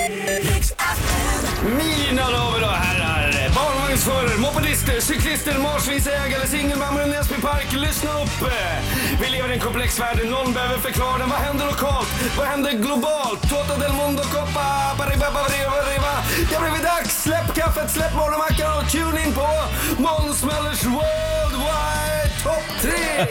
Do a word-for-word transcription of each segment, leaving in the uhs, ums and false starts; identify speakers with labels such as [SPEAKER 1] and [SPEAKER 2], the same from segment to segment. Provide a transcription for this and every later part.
[SPEAKER 1] Mina damer och herrar, barnvagnsförare, mopedister, cyklister, marsvinsägare, singelmammor i Näsby Park, lyssna upp! Vi lever i en komplex värld, någon behöver förklara den. Vad händer lokalt? Vad händer globalt? Toto del mundo coppa, bariba, bariba, bariba. Det har blivit dags, släpp kaffet, släpp morgonmackan och tune in på Måns Möllers Worldwide Top tre!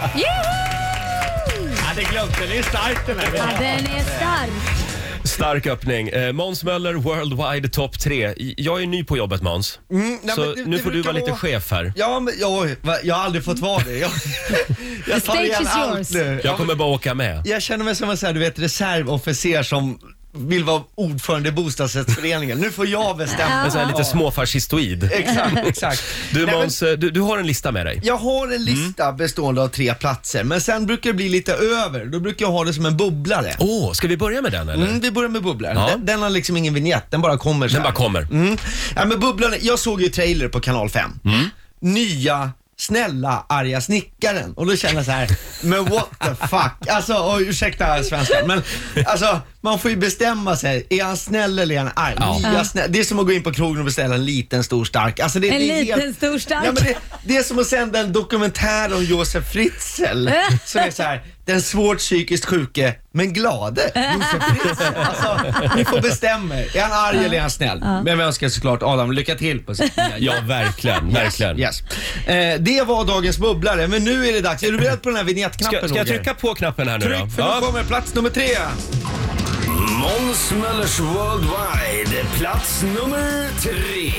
[SPEAKER 2] Ja, det glömde, det är starkt den här.
[SPEAKER 3] Ja, den är stark.
[SPEAKER 4] Stark öppning. Eh, Måns Möller, Worldwide Top tre. Jag är ny på jobbet, Måns.
[SPEAKER 2] Mm, nej,
[SPEAKER 4] så
[SPEAKER 2] det,
[SPEAKER 4] nu
[SPEAKER 2] det
[SPEAKER 4] får du vara lite chef här.
[SPEAKER 2] Ja, men jag, jag har aldrig fått vara det. Jag, jag tar igen allt nu.
[SPEAKER 4] Jag kommer bara åka med.
[SPEAKER 2] Jag känner mig som en så här, du vet, reservofficer som vill vara ordförande i bostadsrättsföreningen. Nu får jag bestämma.
[SPEAKER 4] En sån här lite småfascistoid.
[SPEAKER 2] Exakt, exakt.
[SPEAKER 4] Du,
[SPEAKER 2] Nej,
[SPEAKER 4] Måns,
[SPEAKER 2] men,
[SPEAKER 4] du, du har en lista med dig.
[SPEAKER 2] jag har en lista mm. bestående av tre platser. Men sen brukar det bli lite över. Då brukar jag ha det som en bubblare.
[SPEAKER 4] Åh, oh, ska vi börja med den eller?
[SPEAKER 2] Mm, vi börjar med bubblaren.
[SPEAKER 4] Ja.
[SPEAKER 2] Den, den har liksom ingen vignett, den bara kommer så
[SPEAKER 4] Den
[SPEAKER 2] här.
[SPEAKER 4] bara kommer.
[SPEAKER 2] Mm. Ja, men bubblaren, jag såg ju trailer på kanal fem.
[SPEAKER 4] Mm.
[SPEAKER 2] Nya snälla arga snickaren. Och då känner jag så här, men what the fuck? Alltså, oh, ursäkta svenska, men alltså, man får ju bestämma sig. Är han snäll eller är han arg?
[SPEAKER 4] Ja.
[SPEAKER 2] Nya snäll. Det är som att gå in på krogen och beställa en liten, stor, stark. Alltså, det,
[SPEAKER 3] En
[SPEAKER 2] det är
[SPEAKER 3] liten,
[SPEAKER 2] helt,
[SPEAKER 3] stor, stark.
[SPEAKER 2] Ja, men det, det är som att sända en dokumentär om Josef Fritzl. Som är så här, den svårt psykiskt sjuke, men glade Josef Fritzl. Alltså, ni får bestämma er. Är han arg eller är han snäll? Men jag önskar såklart Adam lycka till på sitt nya
[SPEAKER 4] Ja, verkligen, verkligen.
[SPEAKER 2] Yes. Eh, det var dagens bubblare, men nu är det dags. Är du beredd på den här vignettknappen?
[SPEAKER 4] Ska, ska jag trycka på knappen här nu då?
[SPEAKER 2] Tryck, för nu kommer plats nummer tre.
[SPEAKER 1] Måns Möllers Worldwide, plats nummer tre.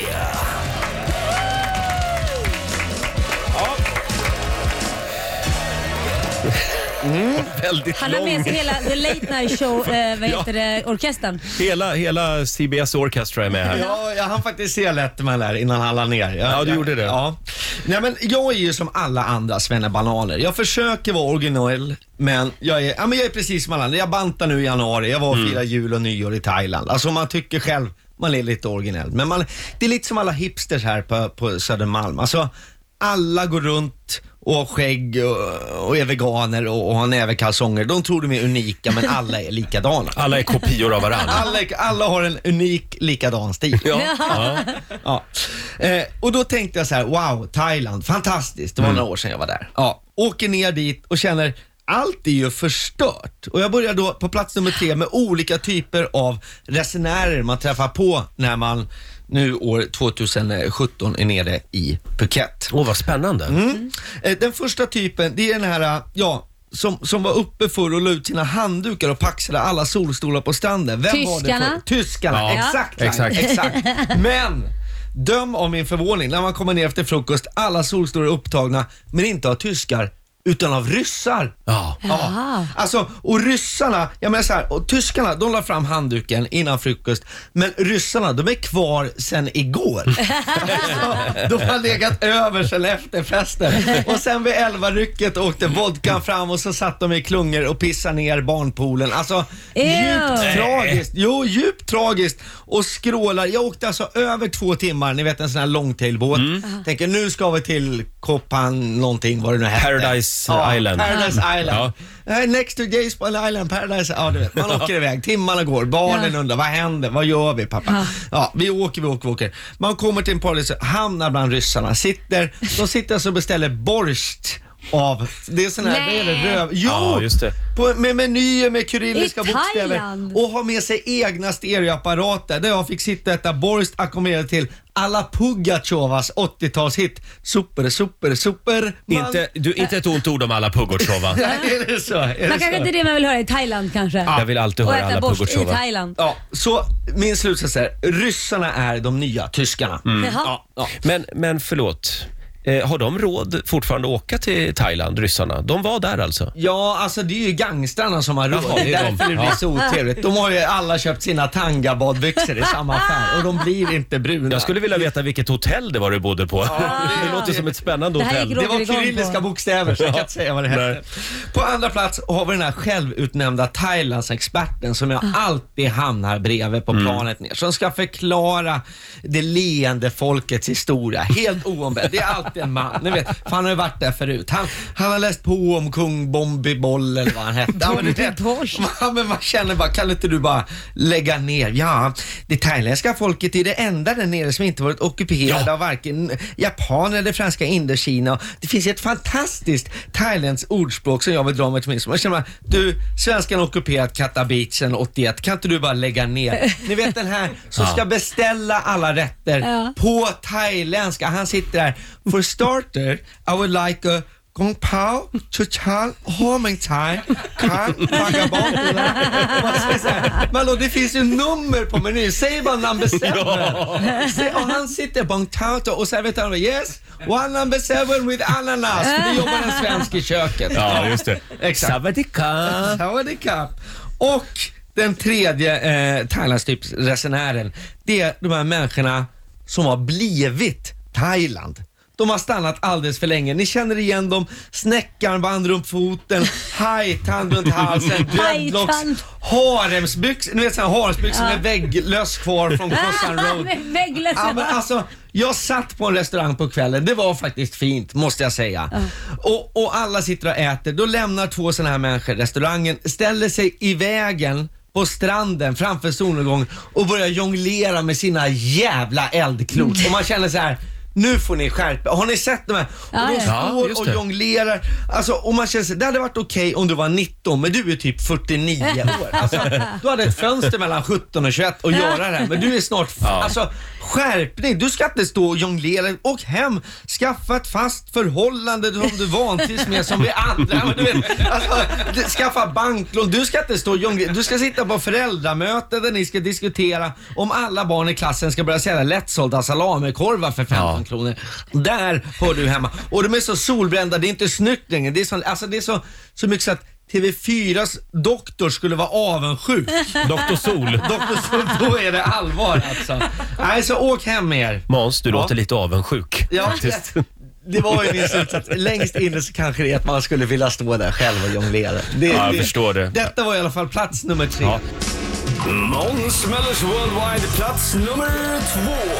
[SPEAKER 4] Mm. Väldigt
[SPEAKER 3] Han har med
[SPEAKER 4] lång.
[SPEAKER 3] sig hela The Late Night Show, eh, vad heter det, orkestern.
[SPEAKER 4] Hela, hela C B S Orchestra är med här.
[SPEAKER 2] Ja, jag hann faktiskt se Letterman där innan han la ner. Jag,
[SPEAKER 4] Ja, du
[SPEAKER 2] jag,
[SPEAKER 4] gjorde det.
[SPEAKER 2] Ja. Nej, men jag är ju som alla andra svennebananer. Jag försöker vara originell, men jag är, ja, men jag är precis som alla andra. Jag bantar nu i januari. Jag var och
[SPEAKER 4] Mm.
[SPEAKER 2] firade jul och nyår i Thailand. Alltså man tycker själv, man är lite originell. Men man, det är lite som alla hipsters här på, på Södermalm. Alltså alla går runt och har skägg och, och är veganer och, och har näverkalsonger. De tror de är unika, men alla är likadana.
[SPEAKER 4] Alla är kopior av varandra.
[SPEAKER 2] Alla, alla har en unik likadan stil.
[SPEAKER 4] Ja. Ja.
[SPEAKER 2] Ja. Eh, och då tänkte jag så här: wow, Thailand, fantastiskt. Det var
[SPEAKER 4] Mm.
[SPEAKER 2] några år sedan jag var där. Ja, åker ner dit och känner allt är ju förstört. Och jag börjar då på plats nummer tre med olika typer av resenärer man träffar på när man nu år tjugohundrasjutton är nere i Phuket.
[SPEAKER 4] Åh, oh, vad spännande.
[SPEAKER 2] Mm. Eh, Den första typen, det är den här, ja, som, som var uppe för att la ut sina handdukar och paxade alla solstolar på stranden. Vem
[SPEAKER 3] Tyskarna.
[SPEAKER 2] var det för? Tyskarna,
[SPEAKER 4] Ja.
[SPEAKER 2] exakt,
[SPEAKER 4] Exakt.
[SPEAKER 2] exakt. Men döm av min förvåning när man kommer ner efter frukost, alla solstolar är upptagna, men inte av tyskar utan av ryssar.
[SPEAKER 4] Ja.
[SPEAKER 2] Ja. Alltså, och ryssarna, jag menar så här, och tyskarna, de la fram handduken innan frukost, men ryssarna, de är kvar sen igår. Alltså, de har legat över sen efter festen. Och sen vid elva rycket åkte vodkan fram och så satt de i klungor och pissade ner barnpoolen. Alltså, djupt
[SPEAKER 3] Ew.
[SPEAKER 2] tragiskt. Jo, djupt tragiskt. Och skrålar. Jag åkte alltså över två timmar, ni vet en sån här longtailbåt. Mm. Tänker, nu ska vi till Kopan någonting, vad det nu hette.
[SPEAKER 4] Paradise
[SPEAKER 2] Ja,
[SPEAKER 4] Island.
[SPEAKER 2] Paradise Island.
[SPEAKER 4] Ja.
[SPEAKER 2] Uh, next to Gaysball Island, Paradise. Ja, du vet. Man åker iväg. Timmarna går. Barnen undrar, vad händer? Vad gör vi, pappa? Ja. ja, vi åker, vi åker, vi åker. Man kommer till en paradis, hamnar bland ryssarna. Sitter, de sitter alltså och beställer borst av, det är sån här,
[SPEAKER 3] Nej.
[SPEAKER 2] det är det röv. Jo,
[SPEAKER 4] Ja, just det.
[SPEAKER 2] På, med menyer med kyrilliska
[SPEAKER 3] I
[SPEAKER 2] bokstäver.
[SPEAKER 3] Thailand.
[SPEAKER 2] Och har med sig egna stereoapparater. Där jag fick sitta och äta borst ackompanjerat till alla Pugatjovas åttiotalshit. Super, super, super. Man...
[SPEAKER 4] Inte, du, inte ett ont ord om alla Pugatjova.
[SPEAKER 2] är det så? Är det
[SPEAKER 3] Man kanske
[SPEAKER 2] så?
[SPEAKER 3] inte det man vill höra i Thailand kanske.
[SPEAKER 4] Jag vill alltid
[SPEAKER 3] Och
[SPEAKER 4] höra
[SPEAKER 3] äta
[SPEAKER 4] alla
[SPEAKER 3] borst i
[SPEAKER 4] Pugatjova.
[SPEAKER 3] Thailand.
[SPEAKER 2] Ja, så min slutsats är, ryssarna är de nya tyskarna.
[SPEAKER 3] Jaha.
[SPEAKER 2] Ja, ja.
[SPEAKER 4] Men, men förlåt. Eh, har de råd fortfarande att åka till Thailand, ryssarna? De var där alltså?
[SPEAKER 2] Ja, alltså det är ju gangstrarna som har råd.
[SPEAKER 4] Jaha,
[SPEAKER 2] Det är
[SPEAKER 4] det är
[SPEAKER 2] därför
[SPEAKER 4] de.
[SPEAKER 2] det blir
[SPEAKER 4] Ja.
[SPEAKER 2] så otrevligt. De har ju alla köpt sina tanga-badbyxor i samma affär och de blir inte bruna.
[SPEAKER 4] Jag skulle vilja veta vilket hotell det var du bodde på. Det låter som ett spännande
[SPEAKER 3] Det här
[SPEAKER 4] hotell.
[SPEAKER 3] gick
[SPEAKER 2] Det var
[SPEAKER 3] Roger igång
[SPEAKER 2] kyrilliska
[SPEAKER 3] på.
[SPEAKER 2] bokstäver så jag kan inte säga vad det hette.
[SPEAKER 4] Nej.
[SPEAKER 2] På andra plats har vi den här självutnämnda Thailands-experten som jag alltid hamnar bredvid på planet ner. Som ska förklara det leende folkets historia. Helt oombedd. Det är alltid liten man. Ni vet, för han har ju varit där förut. Han, han har läst på om kung Bombi Boll eller vad han hette. Ja, men, du vet, man, men man känner bara, kan inte du bara lägga ner? Ja, det thailändska folket är det enda där nere som inte varit ockuperade ja. av varken Japan eller franska Indokina. Det finns ett fantastiskt thailändsk ordspråk som jag vill dra mig till minst. Man känner bara, du, svenskan ockuperat Katta Beachen åttioett, kan inte du bara lägga ner? Ni vet den här som ska beställa alla rätter ja. på thailändska. Han sitter där. For starter, I would like a Gong Pao, Chuchal, Homing Thai, Kar, Vagabond. Men då, det finns ju nummer på menyn. Säg bara när han bestämmer. Säg, och han sitter Bong Tao och så vet han, yes, one number seven with ananas. För det jobbar en svensk i köket.
[SPEAKER 4] Ja, just det.
[SPEAKER 2] Exakt.
[SPEAKER 4] Savadikap.
[SPEAKER 2] Savadikap. Och den tredje eh, Thailandstypsresenären, det är de här människorna som har blivit Thailand. De har stannat alldeles för länge. Ni känner igen dem. Snäckan, band runt foten, hajtand runt halsen, dreadlocks, haremsbyxor. Ni vet sådana haremsbyxor ja. med vägglöss kvar från Crossan Road.
[SPEAKER 3] Vägglöss.
[SPEAKER 2] Ja, men alltså, jag satt på en restaurang på kvällen. Det var faktiskt fint, måste jag säga. Uh. Och, och alla sitter och äter. Då lämnar två sådana här människor restaurangen, ställer sig i vägen på stranden framför solnedgång och börjar jonglera med sina jävla eldklot. Och man känner så här: nu får ni skärpa. Har ni sett de här?
[SPEAKER 3] Ja,
[SPEAKER 2] och de står
[SPEAKER 4] ja,
[SPEAKER 2] och jonglerar. Alltså, och man känner sig, det hade varit okej okay om du var nitton, men du är typ fyrtionio år. Alltså, du hade ett fönster mellan sjutton och tjugoett och göra det här, men du är snart... Ja. Alltså, skärpning. Du ska inte stå och jonglera. Och hem, skaffa ett fast förhållande som du vantrivs med som vi andra. Men du vet, alltså, skaffa banklån. Du ska inte stå och jonglera. Du ska sitta på föräldramöte där ni ska diskutera om alla barn i klassen ska börja sälja lättsålda salamikorvar för femton ja. kronor. Där får du hemma. Och de är så solbrända, det är inte snyggt längre. Det är så, alltså det är så, så mycket så att T V fyras doktor skulle vara avundsjuk.
[SPEAKER 4] Doktor Sol.
[SPEAKER 2] Doktor Sol, då är det allvar alltså. Nej, så åk hem med er.
[SPEAKER 4] Måns, du ja. låter lite avundsjuk.
[SPEAKER 2] Ja, det, det var ju min slutsats. Längst inne så kanske det är att man skulle vilja stå där själv och jonglera. Det,
[SPEAKER 4] ja, jag
[SPEAKER 2] det,
[SPEAKER 4] förstår det.
[SPEAKER 2] Detta var i alla fall plats nummer tre. Ja.
[SPEAKER 1] Måns Möllers Worldwide, plats nummer två.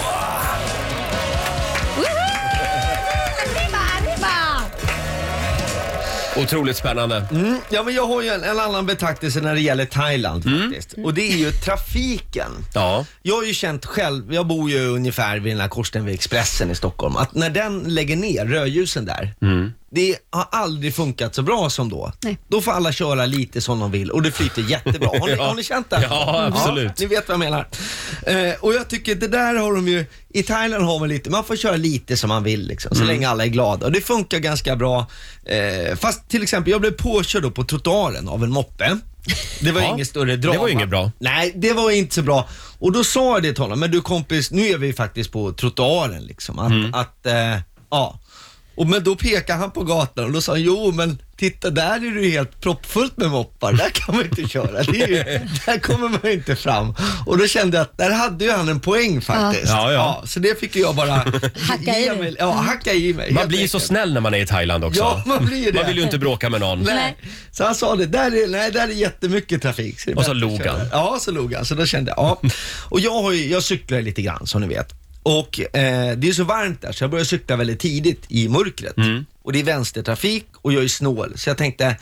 [SPEAKER 4] Otroligt spännande.
[SPEAKER 2] Mm, ja, men jag har ju en, en annan betraktelse när det gäller Thailand mm. faktiskt. Och det är ju trafiken.
[SPEAKER 4] Ja.
[SPEAKER 2] Jag har ju känt själv, jag bor ju ungefär vid den här korsen vid Expressen i Stockholm, att när den lägger ner rödljusen där, mm. det har aldrig funkat så bra som då. Nej. Då får alla köra lite som de vill och det flyter jättebra. Har ni, ja. har ni känt det?
[SPEAKER 4] Ja, absolut.
[SPEAKER 2] Ja, ni vet vad jag menar. Eh, och jag tycker att det där har de ju, i Thailand har man lite, man får köra lite som man vill liksom, så mm. länge alla är glada. Och det funkar ganska bra. Eh, fast till exempel, jag blev påkörd då på trottoaren av en moppe. Det var ja, inget större drama.
[SPEAKER 4] Det var inget bra.
[SPEAKER 2] Nej, det var inte så bra. Och då sa jag det till honom, men du kompis, nu är vi faktiskt på trottoaren liksom. Att, mm. att eh, ja. Och men då pekade han på gatan och då sa han, jo men titta, där är det ju helt proppfullt med moppar. Där kan man inte köra. Det är ju, där kommer man inte fram. Och då kände jag att där hade ju han en poäng faktiskt.
[SPEAKER 4] Ja, ja.
[SPEAKER 2] Ja, så det fick jag bara
[SPEAKER 3] hacka i mig.
[SPEAKER 2] Ja, hacka i mig.
[SPEAKER 4] Man blir så snäll när man är i Thailand också.
[SPEAKER 2] Ja, man blir det.
[SPEAKER 4] Man vill ju inte bråka med någon.
[SPEAKER 2] Nej. Så han sa det, där är, nej, där är jättemycket trafik. Så
[SPEAKER 4] och så log han.
[SPEAKER 2] Ja, så log han. Så då kände jag, ja. Och jag, har ju, jag cyklar lite grann som ni vet. Och eh, det är så varmt där så jag började cykla väldigt tidigt i mörkret. Mm. Och det är vänstertrafik och jag är snål. Så jag tänkte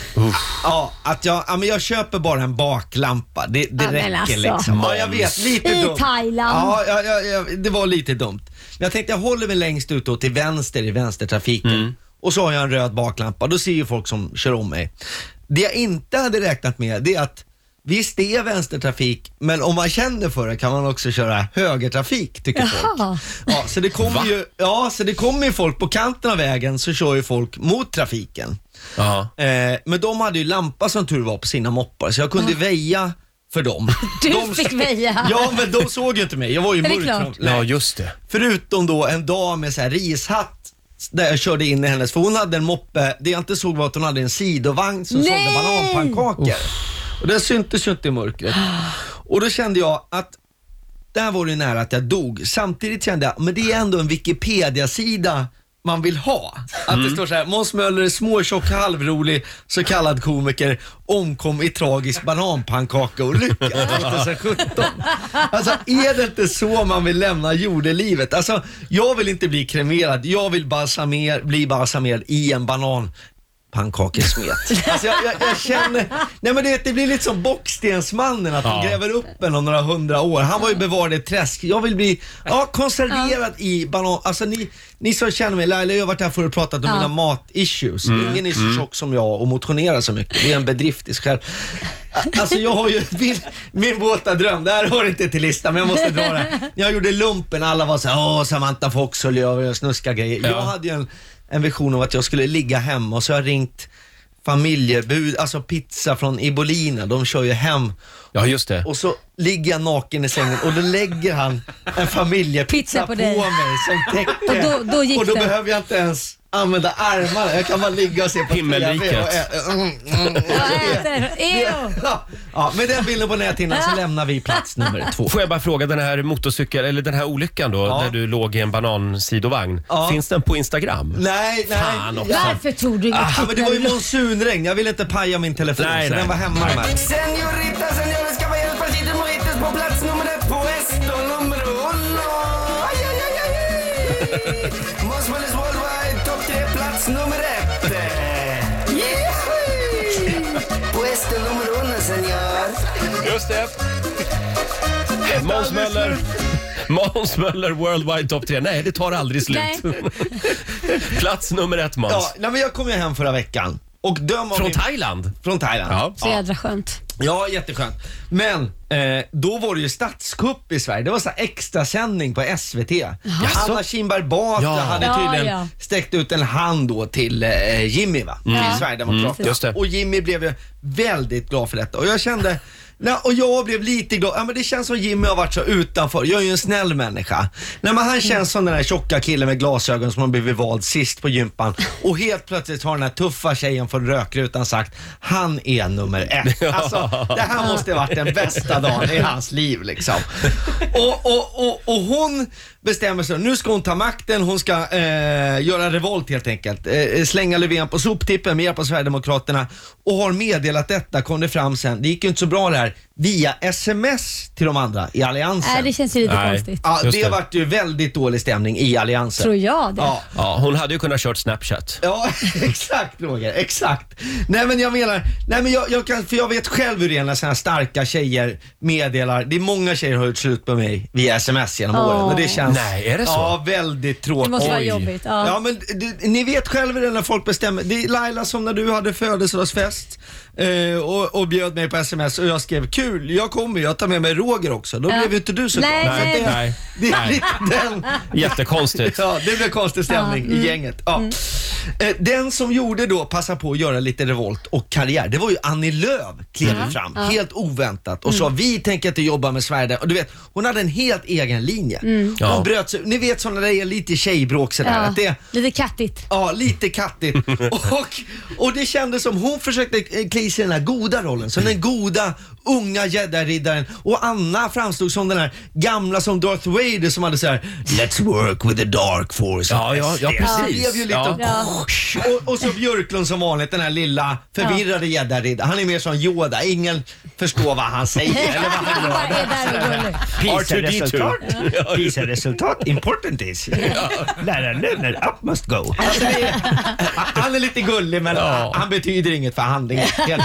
[SPEAKER 2] ja, att jag, ja, men jag köper bara en baklampa. Det, det ja, räcker alltså. liksom. Ja, jag vet, lite
[SPEAKER 3] I
[SPEAKER 2] dumt.
[SPEAKER 3] Thailand.
[SPEAKER 2] Ja, ja, ja, ja, det var lite dumt. Men jag tänkte jag håller mig längst ut då till vänster i vänstertrafiken. Mm. Och så har jag en röd baklampa. Då ser ju folk som kör om mig. Det jag inte hade räknat med, det är att visst, det är vänstertrafik, men om man känner för det kan man också köra högertrafik, tycker Jaha. folk. Ja, så det kommer ju, ja, så det kommer ju folk på kanten av vägen, så kör ju folk mot trafiken. Eh, men de hade ju lampa som tur var på sina moppar, så jag kunde ja. väja för dem.
[SPEAKER 3] Du
[SPEAKER 2] de,
[SPEAKER 3] fick väja.
[SPEAKER 2] Ja, men de såg ju inte mig. Jag var ju mörk.
[SPEAKER 4] Ja, just det.
[SPEAKER 2] Förutom då en dam med så här rishatt där jag körde in i hennes, för hon hade en moppe. Det jag inte såg var att hon hade en sidovagn som
[SPEAKER 3] Nej.
[SPEAKER 2] sålde bananpannkakor. Och det syntes ju inte i mörkret. Och då kände jag att där var det nära att jag dog. Samtidigt kände jag, men det är ändå en Wikipedia-sida man vill ha. Att
[SPEAKER 4] Mm.
[SPEAKER 2] det står så här: Måns Möller, småtjock, halvrolig, så kallad komiker, omkom i tragisk bananpannkaka och lycka tjugosjutton. Alltså, är det inte så man vill lämna jordelivet? Alltså, jag vill inte bli kremerad. Jag vill balsamer, bli balsamerad i en banan pannkakesmet. Alltså jag, jag, jag känner, nej men det, det blir lite som Bockstensmannen, att
[SPEAKER 4] Ja.
[SPEAKER 2] de gräver upp en om några hundra år. Han var ju bevarad i ett träsk. Jag vill bli ja, konserverad i banan. Alltså ni, ni som känner mig, Laila, jag har varit här för att prata om
[SPEAKER 3] Ja.
[SPEAKER 2] mina mat-issues.
[SPEAKER 4] Mm.
[SPEAKER 2] Ingen är så tjock som jag och motionerar så mycket. Det är en bedrift i sig själv. Alltså jag har ju min, min våta dröm, det här hör inte till listan men jag måste dra det. När jag gjorde lumpen, alla var så här: åh, Samantha Fox och jag snuska grejer.
[SPEAKER 4] Ja.
[SPEAKER 2] Jag hade ju en en vision av att jag skulle ligga hemma, och så har jag ringt familjebud, alltså pizza från Ibolina, de kör ju hem.
[SPEAKER 4] Ja, just det.
[SPEAKER 2] Och så ligger jag naken i sängen och då lägger han en familjepizza
[SPEAKER 3] Pizza på
[SPEAKER 2] på,
[SPEAKER 3] dig.
[SPEAKER 2] mig som täcke.
[SPEAKER 3] Och då- då gick
[SPEAKER 2] och då
[SPEAKER 3] det.
[SPEAKER 2] behöver jag inte ens använda armarna, jag kan bara ligga och se på
[SPEAKER 4] Himmelriket.
[SPEAKER 2] T V och ä- mm, mm.
[SPEAKER 3] Jag äter. Ew.
[SPEAKER 2] Ja, ja, med den bilden på näthinnan så lämnar vi plats nummer två.
[SPEAKER 4] Får jag bara fråga, den här motorcykel, eller den här olyckan då,
[SPEAKER 2] Ja.
[SPEAKER 4] där du låg i en banansidovagn.
[SPEAKER 2] Ja.
[SPEAKER 4] Finns den på Instagram?
[SPEAKER 2] Nej, nej.
[SPEAKER 4] Fan också.
[SPEAKER 3] Varför tog du inget
[SPEAKER 2] Ja, men det var ju
[SPEAKER 3] klipp?
[SPEAKER 2] monsunregn, jag ville inte paja min telefon,
[SPEAKER 4] Nej,
[SPEAKER 2] så
[SPEAKER 4] nej.
[SPEAKER 2] den var hemma de här.
[SPEAKER 1] Señorita, señores, caballeros, partidos mojitos på plats nummer ett, puesto numero uno. Aj, aj, aj, aj, aj. Måns Möllers Worldwide, topp tre, plats nummer ett. Yahoo! Puesto numero uno, señor.
[SPEAKER 4] Just det. Måns Möller. Måns Möller Worldwide Top tre. Nej, det tar aldrig slut. Plats nummer ett, Måns.
[SPEAKER 2] Ja, nej, men jag kom ju hem förra veckan. Och döm av
[SPEAKER 4] Från
[SPEAKER 2] min...
[SPEAKER 4] Thailand.
[SPEAKER 2] Från Thailand.
[SPEAKER 4] Ja.
[SPEAKER 3] Så jädra skönt.
[SPEAKER 2] Ja, jätteskönt. Men eh, då var det ju statskupp i Sverige. Det var så här extra sändning på S V T. Anna Kinberg Batra
[SPEAKER 4] Ja.
[SPEAKER 2] hade
[SPEAKER 3] Ja,
[SPEAKER 2] tydligen
[SPEAKER 3] ja.
[SPEAKER 2] sträckt ut en hand då till eh, Jimmy, va? Till
[SPEAKER 3] Ja.
[SPEAKER 2] Sverigedemokraterna.
[SPEAKER 4] Mm, just det.
[SPEAKER 2] Och Jimmy blev ju väldigt glad för detta. Och jag kände, nej, och jag blev lite glad. Ja, men det känns som Jimmy har varit så utanför. Jag är ju en snäll människa. Nej, men han känns som den där tjocka killen med glasögon som har blivit vald sist på gympan. Och helt plötsligt har den här tuffa tjejen från rökrutan sagt: han är nummer ett. Alltså, det här måste ha varit den bästa dagen i hans liv liksom. Och, och, och, och hon bestämmer sig, nu ska hon ta makten, hon ska eh, göra revolt helt enkelt. Eh, slänga Löfven på soptippen med hjälp av Sverigedemokraterna, och har meddelat detta, kom det fram sen. Det gick ju inte så bra det här, via sms till de andra i alliansen.
[SPEAKER 3] Nej, det känns ju lite
[SPEAKER 4] Nej.
[SPEAKER 3] konstigt.
[SPEAKER 2] Ja,
[SPEAKER 4] Just
[SPEAKER 2] det
[SPEAKER 4] det.
[SPEAKER 2] vart ju väldigt dålig stämning i alliansen.
[SPEAKER 3] Tror jag det.
[SPEAKER 2] Ja.
[SPEAKER 4] Ja, hon hade ju kunnat kört Snapchat.
[SPEAKER 2] Ja, exakt Roger, exakt. Nej men jag menar, nej men jag, jag kan, för jag vet själv hur det är när såna här starka tjejer meddelar. Det är många tjejer som har gjort slut på mig via sms genom
[SPEAKER 3] Åh.
[SPEAKER 2] åren, och det känns,
[SPEAKER 4] Nej, är det så?
[SPEAKER 2] Ja, väldigt tråkigt.
[SPEAKER 3] Det måste vara
[SPEAKER 4] Oj.
[SPEAKER 3] jobbigt. Ja.
[SPEAKER 2] Ja, men det, ni vet själva det när folk bestämmer. Det är Laila som när du hade födelsedagsfest eh, och, och bjöd mig på sms och jag skrev kul, jag kommer, jag tar med mig Roger också. Då
[SPEAKER 3] Ja.
[SPEAKER 2] blev ju inte du så
[SPEAKER 3] Nej,
[SPEAKER 2] glad.
[SPEAKER 3] nej.
[SPEAKER 2] Så det,
[SPEAKER 4] Nej.
[SPEAKER 2] det är
[SPEAKER 4] Nej.
[SPEAKER 2] lite den.
[SPEAKER 4] Jättekonstigt.
[SPEAKER 2] Ja, det blev konstig stämning
[SPEAKER 3] Ja, mm.
[SPEAKER 2] i gänget. Ja. Eh, Den som gjorde då, passa på att göra lite revolt och karriär, det var ju Annie Lööf, klev
[SPEAKER 3] Mm.
[SPEAKER 2] fram,
[SPEAKER 3] Ja.
[SPEAKER 2] helt oväntat och sa: vi tänker inte jobba med Sverige. Och du vet, hon hade en helt egen linje. Hon
[SPEAKER 4] Ja.
[SPEAKER 2] bröt sig, ni vet sådana där är lite tjejbråk sådär,
[SPEAKER 3] Ja.
[SPEAKER 2] att det
[SPEAKER 3] Lite kattigt.
[SPEAKER 2] Ja, lite kattigt. och, och det kändes som hon försökte eh, klä i sig den här goda rollen, som den goda unga jedi-riddaren, och Anna framstod som den här gamla, som Darth Vader, som hade så här: let's work with the dark force.
[SPEAKER 4] Ja, ja, ja,
[SPEAKER 2] Det
[SPEAKER 4] precis.
[SPEAKER 2] blev ju lite
[SPEAKER 4] Ja.
[SPEAKER 3] Ja.
[SPEAKER 2] och, och så Björklund som vanligt, den här lilla förvirrade jedi-riddaren. Han är mer som Yoda, ingen förstår vad han säger eller vad han
[SPEAKER 3] Han bara
[SPEAKER 2] gör.
[SPEAKER 3] är där och går nu.
[SPEAKER 4] R two D two.
[SPEAKER 2] Peace and resultat, important is. Lära learner, up must go. Alltså det är, han är lite gullig, men
[SPEAKER 4] Ja.
[SPEAKER 2] han betyder inget för handlingen. helt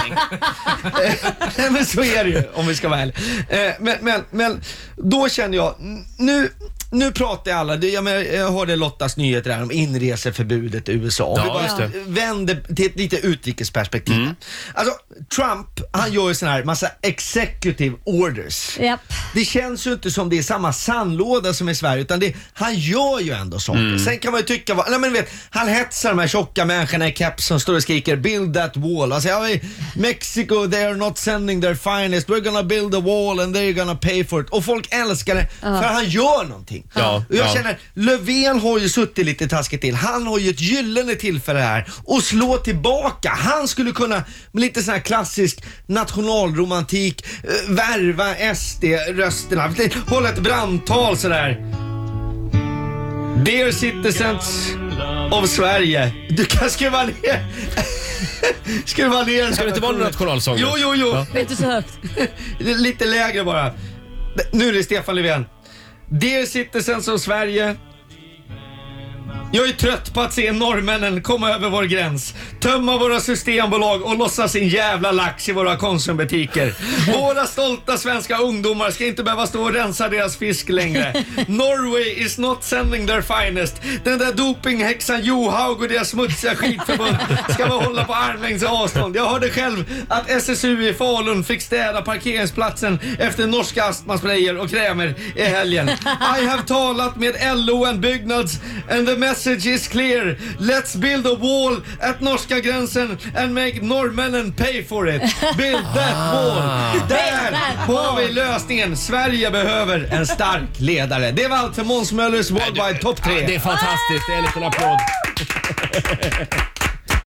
[SPEAKER 2] enkelt. Nej, men så är det ju, om vi ska vara ärliga. Eh, Men, men, men då känner jag, nu Nu pratar alla, det- jag, menar, jag hörde Lottas nyheter där om inreseförbudet i U S A. Om
[SPEAKER 4] Ja,
[SPEAKER 2] vi bara
[SPEAKER 4] just det.
[SPEAKER 2] vänder till ett lite utrikesperspektiv.
[SPEAKER 4] Mm.
[SPEAKER 2] Alltså, Trump, han gör ju sån här massa executive orders.
[SPEAKER 3] Japp.
[SPEAKER 2] Det känns ju inte som det är samma sandlåda som i Sverige, utan det, han gör ju ändå saker.
[SPEAKER 4] Mm.
[SPEAKER 2] Sen kan man ju tycka, vad- nej men du vet, han hetsar de här tjocka människorna i caps som står och skriker build that wall. Alltså, ja, Mexico, they are not sending their finest, we're gonna build a wall and they're gonna pay for it. Och folk älskar det, för han gör någonting.
[SPEAKER 4] Ja,
[SPEAKER 2] och jag
[SPEAKER 4] ja.
[SPEAKER 2] känner, Löfven har ju suttit lite taskigt till. Han har ju ett gyllene tillfälle här och slå tillbaka. Han skulle kunna, med lite sån här klassisk nationalromantik, eh, värva S D-rösterna, hålla ett brandtal sådär. Dear citizens, av Sverige. Du kan skruva ner. skruva ner.
[SPEAKER 4] Ska det inte vara någon nationalsång?
[SPEAKER 2] Jo, jo, jo.
[SPEAKER 4] Ja.
[SPEAKER 3] Det är inte så högt.
[SPEAKER 2] Lite lägre bara. Nu är det Stefan Löfven. Dear citizens of Sverige. Jag är trött på att se norrmännen komma över vår gräns, tömma våra systembolag och lossa sin jävla lax i våra konsumbutiker. Våra stolta svenska ungdomar ska inte behöva stå och rensa deras fisk längre. Norway is not sending their finest. Den där dopinghäxan Johaug och deras smutsiga skitförbund ska man hålla på armlängds avstånd. Jag hörde själv att S S U i Falun fick städa parkeringsplatsen efter norska astmasprayer och krämer i helgen. I have talat med L O and Byggnads and the message is clear. Let's build a wall at norska gränsen and make norrmännen pay for it. Build that wall. Där har vi lösningen. Sverige behöver en stark ledare. Det var allt för Måns Möllers Worldwide Top tre.
[SPEAKER 4] Ja, det är fantastiskt. Det är en liten applåd.